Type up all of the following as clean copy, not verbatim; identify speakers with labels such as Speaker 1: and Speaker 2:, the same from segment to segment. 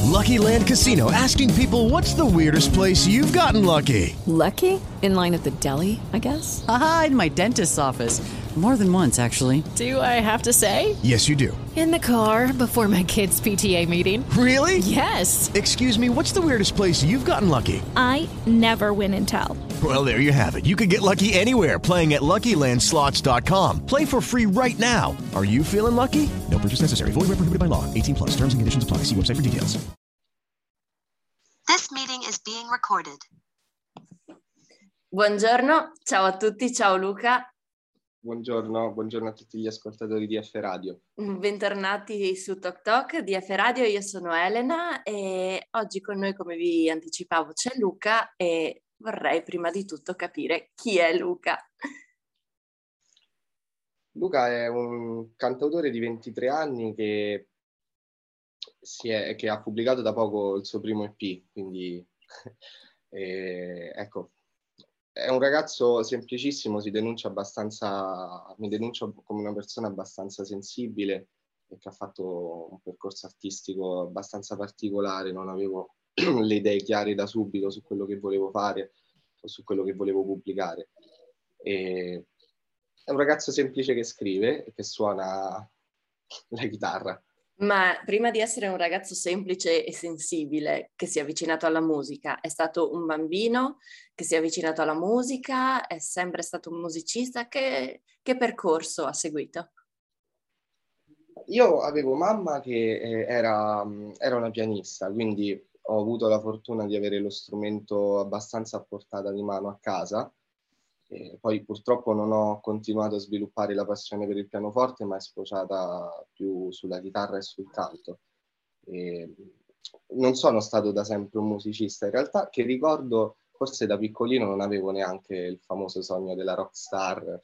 Speaker 1: Lucky Land Casino, asking people, what's the weirdest place you've gotten lucky?
Speaker 2: Lucky? In line at the deli, I guess?
Speaker 3: Aha, in my dentist's office. More than once, actually.
Speaker 2: Do I have to say?
Speaker 1: Yes, you do.
Speaker 2: In the car before my kids' PTA meeting.
Speaker 1: Really?
Speaker 2: Yes.
Speaker 1: Excuse me, what's the weirdest place you've gotten lucky?
Speaker 4: I never win and tell.
Speaker 1: Well, there you have it. You can get lucky anywhere, playing at LuckyLandSlots.com. Play for free right now. Are you feeling lucky? No purchase necessary. Void where prohibited by law. 18 plus. Terms and conditions apply. See website for details.
Speaker 5: This meeting is being recorded.
Speaker 6: Buongiorno, ciao a tutti, ciao Luca.
Speaker 7: Buongiorno a tutti gli ascoltatori di F Radio.
Speaker 6: Bentornati su Tok Tok di F Radio, io sono Elena e oggi con noi, come vi anticipavo, c'è Luca e vorrei prima di tutto capire chi è Luca.
Speaker 7: Luca è un cantautore di 23 anni che ha pubblicato da poco il suo primo EP, quindi ecco. È un ragazzo semplicissimo, mi denuncio come una persona abbastanza sensibile e che ha fatto un percorso artistico abbastanza particolare. Non avevo le idee chiare da subito su quello che volevo fare o su quello che volevo pubblicare. È un ragazzo semplice che scrive e che suona la chitarra.
Speaker 6: Ma prima di essere un ragazzo semplice e sensibile che si è avvicinato alla musica, è stato un bambino che si è avvicinato alla musica, è sempre stato un musicista? Che percorso ha seguito?
Speaker 7: Io avevo mamma che era una pianista, quindi ho avuto la fortuna di avere lo strumento abbastanza a portata di mano a casa. Poi purtroppo non ho continuato a sviluppare la passione per il pianoforte, ma è sfociata più sulla chitarra e sul canto. Non sono stato da sempre un musicista, in realtà, che ricordo, forse da piccolino non avevo neanche il famoso sogno della rockstar,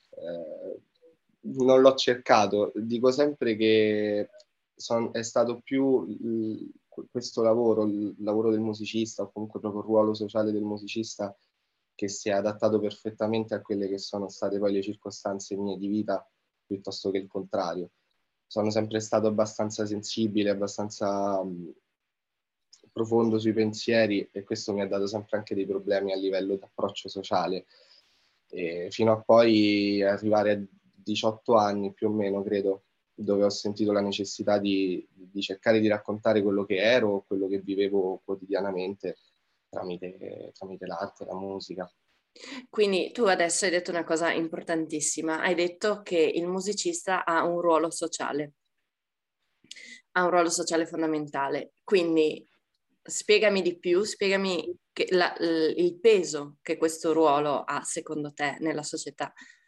Speaker 7: non l'ho cercato. Dico sempre che è stato più questo lavoro, il lavoro del musicista, o comunque proprio il ruolo sociale del musicista, che si è adattato perfettamente a quelle che sono state poi le circostanze mie di vita, piuttosto che il contrario. Sono sempre stato abbastanza sensibile, abbastanza profondo sui pensieri, e questo mi ha dato sempre anche dei problemi a livello di approccio sociale. Fino a poi arrivare a 18 anni più o meno, credo, dove ho sentito la necessità di cercare di raccontare quello che ero, quello che vivevo quotidianamente, tramite l'arte, la musica.
Speaker 6: Quindi tu adesso hai detto una cosa importantissima, hai detto che il musicista ha un ruolo sociale fondamentale, quindi spiegami di più, spiegami il peso che questo ruolo ha secondo te nella società.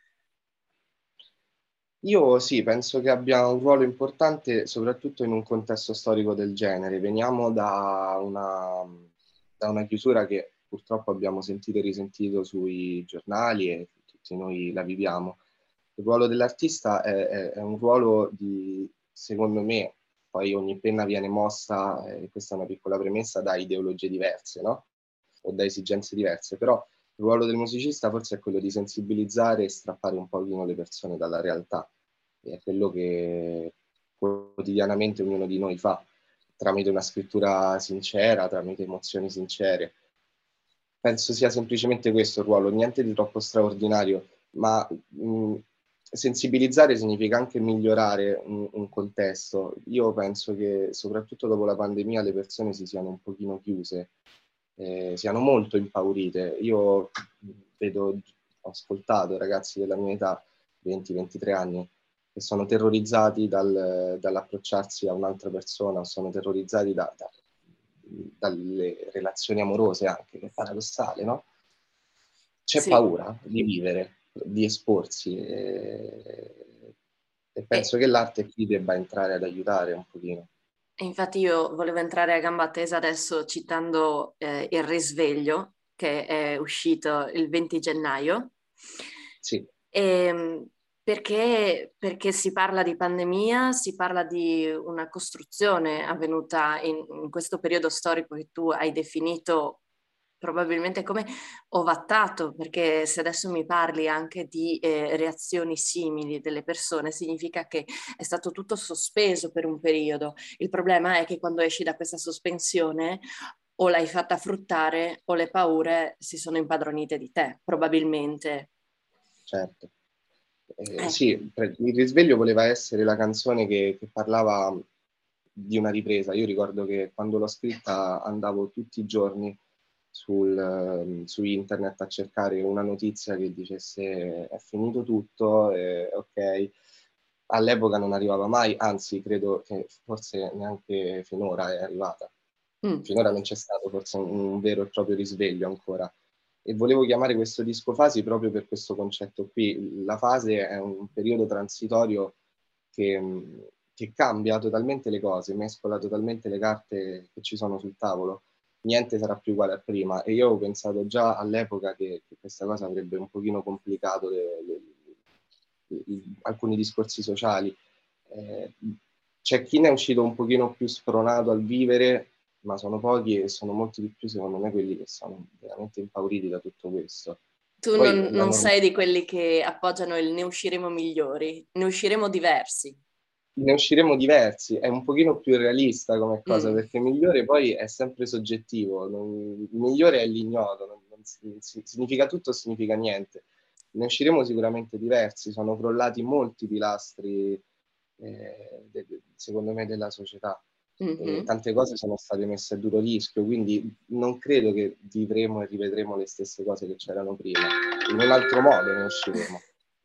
Speaker 7: Io sì, penso che abbia un ruolo importante soprattutto in un contesto storico del genere. Veniamo da una chiusura che purtroppo abbiamo sentito e risentito sui giornali e tutti noi la viviamo. Il ruolo dell'artista è un ruolo secondo me, poi ogni penna viene mossa, questa è una piccola premessa, da ideologie diverse, no? O da esigenze diverse, però il ruolo del musicista forse è quello di sensibilizzare e strappare un pochino le persone dalla realtà. E è quello che quotidianamente ognuno di noi fa, tramite una scrittura sincera, tramite emozioni sincere. Penso sia semplicemente questo il ruolo, niente di troppo straordinario, ma sensibilizzare significa anche migliorare un contesto. Io penso che soprattutto dopo la pandemia le persone si siano un pochino chiuse, siano molto impaurite. Io ho ascoltato ragazzi della mia età, 20-23 anni, che sono terrorizzati dall'approcciarsi a un'altra persona, sono terrorizzati dalle relazioni amorose anche, che è paradossale, no? C'è
Speaker 6: Sì.
Speaker 7: paura di vivere, di esporsi, e penso che l'arte qui debba entrare ad aiutare un pochino.
Speaker 6: E infatti io volevo entrare a gamba tesa adesso citando Il Risveglio, che è uscito il 20 gennaio.
Speaker 7: Sì.
Speaker 6: Perché si parla di pandemia, si parla di una costruzione avvenuta in questo periodo storico che tu hai definito probabilmente come ovattato, perché se adesso mi parli anche di reazioni simili delle persone, significa che è stato tutto sospeso per un periodo. Il problema è che quando esci da questa sospensione o l'hai fatta fruttare o le paure si sono impadronite di te, probabilmente.
Speaker 7: Certo. Sì, il risveglio voleva essere la canzone che parlava di una ripresa. Io ricordo che quando l'ho scritta andavo tutti i giorni su internet a cercare una notizia che dicesse è finito tutto, ok. All'epoca non arrivava mai, anzi credo che forse neanche finora è arrivata. Finora non c'è stato forse un vero e proprio risveglio ancora. E volevo chiamare questo disco fasi proprio per questo concetto qui. La fase è un periodo transitorio che cambia totalmente le cose, mescola totalmente le carte che ci sono sul tavolo. Niente sarà più uguale a prima, e io ho pensato già all'epoca che questa cosa avrebbe un pochino complicato alcuni discorsi sociali. C'è chi ne è uscito un pochino più spronato al vivere, ma sono pochi e sono molti di più secondo me quelli che sono veramente impauriti da tutto questo.
Speaker 6: Tu
Speaker 7: Poi
Speaker 6: non sei di quelli che appoggiano il ne usciremo migliori, ne usciremo diversi.
Speaker 7: ne usciremo diversi, è un pochino più realista come cosa, perché migliore poi è sempre soggettivo, il migliore è l'ignoto, significa tutto o significa niente. Ne usciremo sicuramente diversi, sono crollati molti pilastri, secondo me, della società. Tante cose sono state messe a duro rischio, quindi non credo che vivremo e rivedremo le stesse cose che c'erano prima, in un altro modo ne usciremo.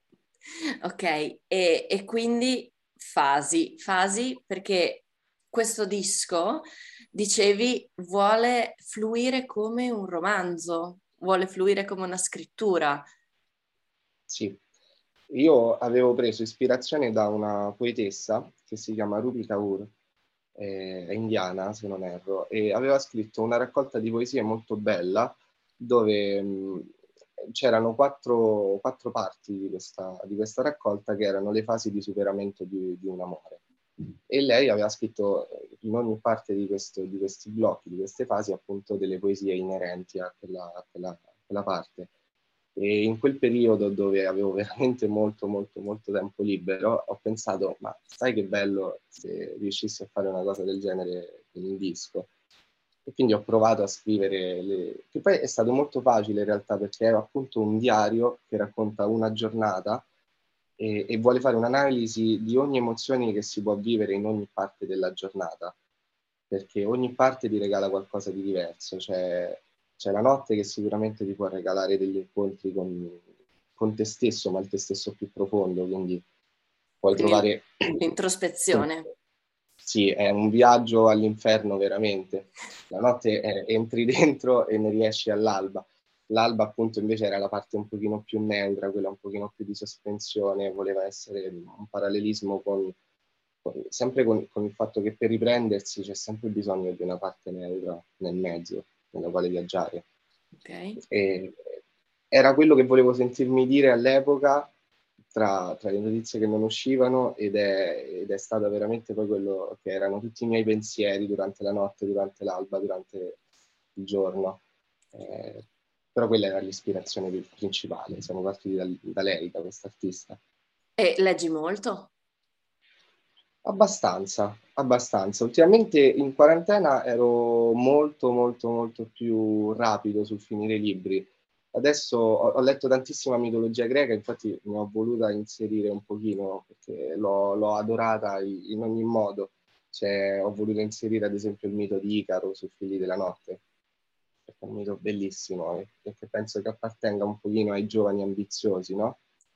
Speaker 6: Ok, e quindi fasi, perché questo disco, dicevi, vuole fluire come un romanzo, vuole fluire come una scrittura.
Speaker 7: Sì, io avevo preso ispirazione da una poetessa che si chiama Rupi Kaur, è indiana se non erro, e aveva scritto una raccolta di poesie molto bella dove c'erano quattro parti di questa raccolta che erano le fasi di superamento di un amore. E lei aveva scritto in ogni parte di questi blocchi, di queste fasi, appunto delle poesie inerenti a quella parte. E in quel periodo dove avevo veramente molto tempo libero, ho pensato, ma sai che bello se riuscissi a fare una cosa del genere in un disco. E quindi ho provato a scrivere, che poi è stato molto facile in realtà, perché era appunto un diario che racconta una giornata e vuole fare un'analisi di ogni emozione che si può vivere in ogni parte della giornata, perché ogni parte ti regala qualcosa di diverso. C'è la notte che sicuramente ti può regalare degli incontri con te stesso, ma il te stesso più profondo, quindi puoi
Speaker 6: Quindi
Speaker 7: trovare
Speaker 6: l'introspezione.
Speaker 7: Sì, è un viaggio all'inferno veramente. La notte entri dentro e ne riesci all'alba. L'alba appunto invece era la parte un pochino più neutra, quella un pochino più di sospensione, voleva essere un parallelismo sempre con il fatto che per riprendersi c'è sempre bisogno di una parte neutra nel mezzo, nella quale viaggiare.
Speaker 6: Okay.
Speaker 7: E era quello che volevo sentirmi dire all'epoca, tra le notizie che non uscivano, ed è stata veramente poi quello che erano tutti i miei pensieri durante la notte, durante l'alba, durante il giorno. Però quella era l'ispirazione principale, siamo partiti da lei, da questa artista.
Speaker 6: E leggi molto?
Speaker 7: Abbastanza. Ultimamente in quarantena ero molto più rapido sul finire i libri. Adesso ho letto tantissima mitologia greca, infatti ne ho voluta inserire un pochino perché l'ho adorata in ogni modo. Ho voluto inserire ad esempio il mito di Icaro sui figli della notte, perché è un mito bellissimo e che penso che appartenga un pochino ai giovani ambiziosi, no?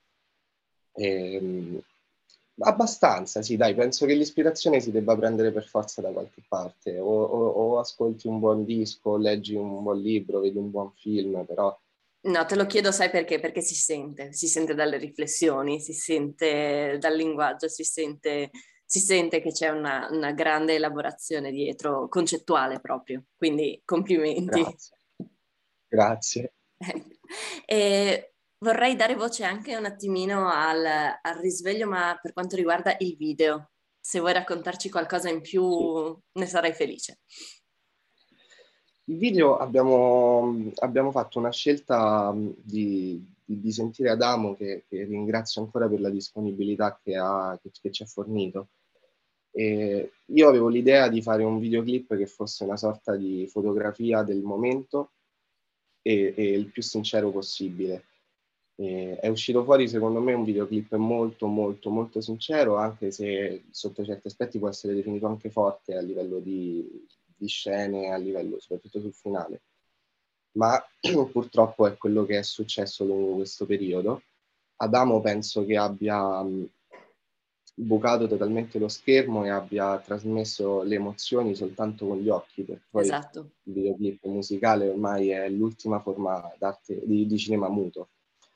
Speaker 7: Abbastanza, sì, dai, penso che l'ispirazione si debba prendere per forza da qualche parte, o ascolti un buon disco, o leggi un buon libro, vedi un buon film, però...
Speaker 6: No, te lo chiedo, sai perché? Perché si sente dalle riflessioni, si sente dal linguaggio, si sente che c'è una grande elaborazione dietro, concettuale proprio, quindi complimenti.
Speaker 7: Grazie.
Speaker 6: E vorrei dare voce anche un attimino al risveglio, ma per quanto riguarda il video. Se vuoi raccontarci qualcosa in più, ne sarei felice.
Speaker 7: Il video abbiamo fatto una scelta di sentire Adamo, che ringrazio ancora per la disponibilità che ci ha fornito. E io avevo l'idea di fare un videoclip che fosse una sorta di fotografia del momento e il più sincero possibile. È uscito fuori secondo me un videoclip molto molto molto sincero, anche se sotto certi aspetti può essere definito anche forte a livello di scene, a livello soprattutto sul finale. Ma purtroppo è quello che è successo lungo questo periodo. Adamo penso che abbia bucato totalmente lo schermo e abbia trasmesso le emozioni soltanto con gli occhi, perché poi
Speaker 6: Esatto.
Speaker 7: il videoclip musicale ormai è l'ultima forma d'arte di cinema muto,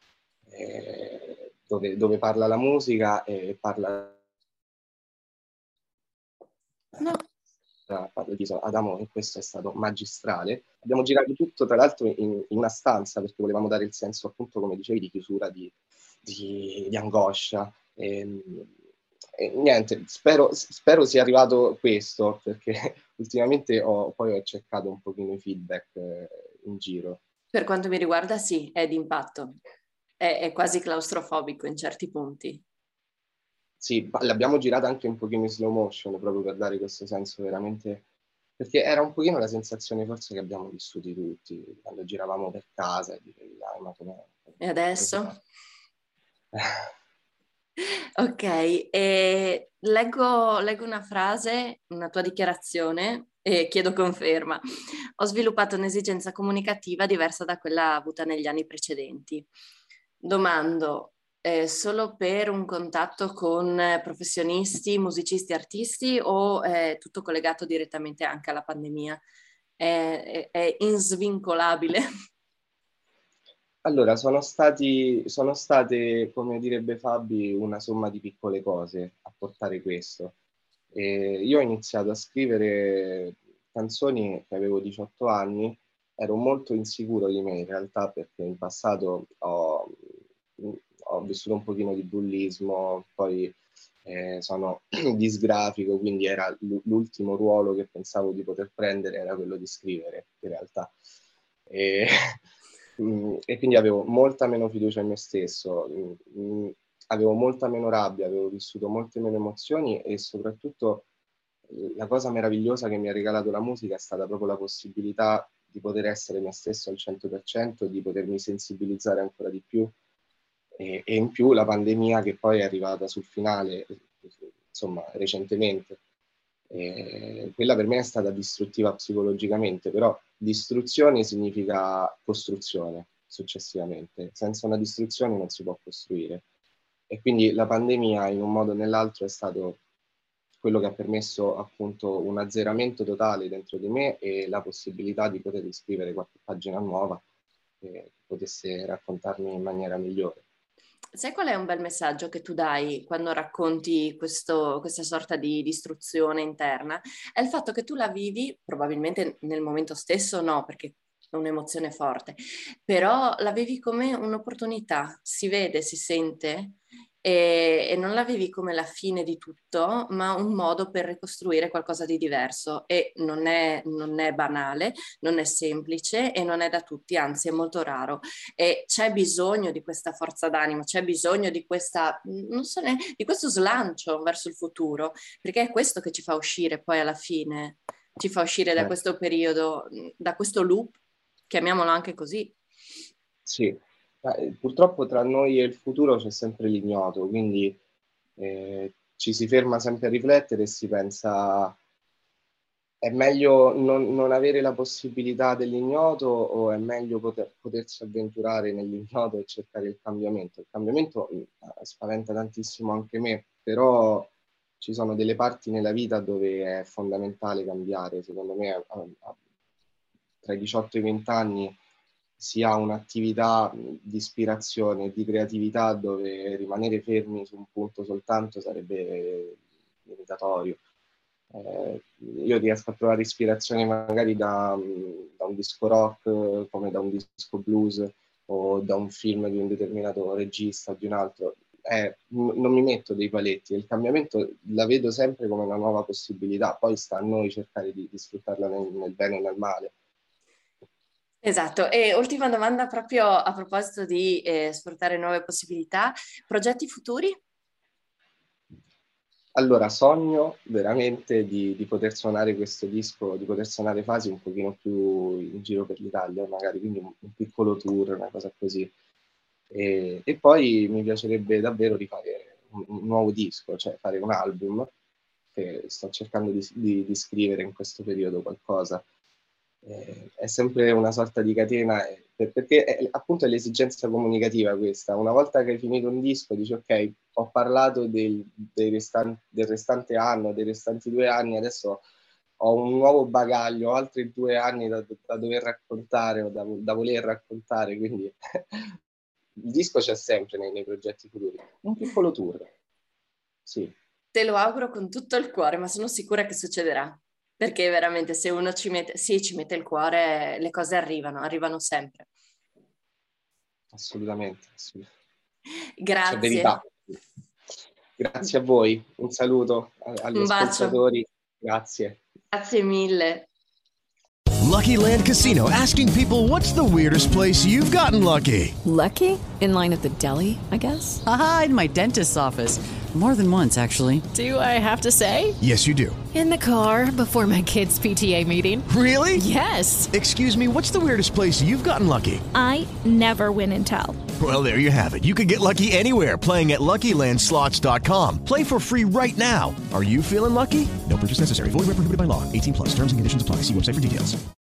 Speaker 7: dove parla la musica e parla
Speaker 6: No.
Speaker 7: di Adamo, e questo è stato magistrale. Abbiamo girato tutto, tra l'altro, in una stanza, perché volevamo dare il senso, appunto, come dicevi, di chiusura, di angoscia. E niente, spero sia arrivato questo, perché ultimamente poi ho cercato un pochino i feedback in giro.
Speaker 6: Per quanto mi riguarda, sì, è d'impatto. È quasi claustrofobico in certi punti.
Speaker 7: Sì, l'abbiamo girata anche un pochino in slow motion, proprio per dare questo senso veramente, perché era un pochino la sensazione forse che abbiamo vissuti tutti quando giravamo per casa e dicevi, dai, ma come...
Speaker 6: E adesso?
Speaker 7: Eh,
Speaker 6: Ok, e leggo una frase, una tua dichiarazione e chiedo conferma. Ho sviluppato un'esigenza comunicativa diversa da quella avuta negli anni precedenti. Domando, solo per un contatto con professionisti, musicisti, artisti o è tutto collegato direttamente anche alla pandemia? È insvincolabile?
Speaker 7: Allora, sono state, come direbbe Fabi, una somma di piccole cose a portare questo. Io ho iniziato a scrivere canzoni che avevo 18 anni, ero molto insicuro di me in realtà, perché in passato ho vissuto un pochino di bullismo, poi sono disgrafico, quindi era l'ultimo ruolo che pensavo di poter prendere era quello di scrivere in realtà. E, e quindi avevo molta meno fiducia in me stesso, avevo molta meno rabbia, avevo vissuto molte meno emozioni e soprattutto la cosa meravigliosa che mi ha regalato la musica è stata proprio la possibilità di poter essere me stesso al 100%, di potermi sensibilizzare ancora di più e in più la pandemia che poi è arrivata sul finale, insomma, recentemente. Quella per me è stata distruttiva psicologicamente, però distruzione significa costruzione successivamente. Senza una distruzione non si può costruire. E quindi la pandemia in un modo o nell'altro è stato quello che ha permesso appunto un azzeramento totale dentro di me e la possibilità di poter scrivere qualche pagina nuova che potesse raccontarmi in maniera migliore.
Speaker 6: Sai qual è un bel messaggio che tu dai quando racconti questa sorta di istruzione interna? È il fatto che tu la vivi, probabilmente nel momento stesso no, perché è un'emozione forte, però la vivi come un'opportunità, si vede, si sente e non la vivi come la fine di tutto, ma un modo per ricostruire qualcosa di diverso e non è banale, non è semplice e non è da tutti, anzi è molto raro. E c'è bisogno di questa forza d'animo, c'è bisogno di questa, non so di questo slancio verso il futuro, perché è questo che ci fa uscire poi alla fine, ci fa uscire da questo periodo, da questo loop, chiamiamolo anche così.
Speaker 7: Sì, purtroppo tra noi e il futuro c'è sempre l'ignoto, quindi ci si ferma sempre a riflettere e si pensa è meglio non avere la possibilità dell'ignoto o è meglio potersi avventurare nell'ignoto e cercare il cambiamento? Il cambiamento spaventa tantissimo anche me, però ci sono delle parti nella vita dove è fondamentale cambiare. Secondo me tra i 18 e i 20 anni si ha un'attività di ispirazione e di creatività dove rimanere fermi su un punto soltanto sarebbe limitatorio. Io riesco a trovare ispirazione magari da un disco rock, come da un disco blues o da un film di un determinato regista o di un altro. Non mi metto dei paletti, il cambiamento la vedo sempre come una nuova possibilità, poi sta a noi cercare di sfruttarla nel bene o nel male.
Speaker 6: Esatto, e ultima domanda proprio a proposito di sfruttare nuove possibilità, progetti futuri?
Speaker 7: Allora, sogno veramente di poter suonare questo disco, di poter suonare Fasi un pochino più in giro per l'Italia, magari, quindi un piccolo tour, una cosa così. E poi mi piacerebbe davvero rifare un nuovo disco, cioè fare un album, che sto cercando di scrivere in questo periodo qualcosa. È sempre una sorta di catena, perché appunto è l'esigenza comunicativa questa. Una volta che hai finito un disco dici ok, ho parlato del restante anno, dei restanti 2 anni, adesso ho un nuovo bagaglio, ho altri 2 anni da dover raccontare o da voler raccontare, quindi il disco c'è sempre nei progetti futuri. Un piccolo tour, sì.
Speaker 6: Te lo auguro con tutto il cuore, ma sono sicura che succederà. Perché veramente se uno ci mette il cuore, le cose arrivano sempre.
Speaker 7: Assolutamente.
Speaker 6: Grazie.
Speaker 7: C'è verità. Grazie a voi, un saluto agli
Speaker 6: Un bacio.
Speaker 7: ascoltatori. Grazie.
Speaker 6: Grazie mille.
Speaker 1: Lucky Land Casino, asking people, what's the weirdest place you've gotten lucky?
Speaker 2: Lucky? In line at the deli, I guess?
Speaker 3: Aha, in my dentist's office. More than once, actually.
Speaker 2: Do I have to say?
Speaker 1: Yes, you do.
Speaker 2: In the car before my kids' PTA meeting.
Speaker 1: Really?
Speaker 2: Yes.
Speaker 1: Excuse me, what's the weirdest place you've gotten lucky?
Speaker 4: I never win and tell.
Speaker 1: Well, there you have it. You can get lucky anywhere, playing at LuckyLandSlots.com. Play for free right now. Are you feeling lucky? No purchase necessary. Void where prohibited by law. 18+. Terms and conditions apply. See website for details.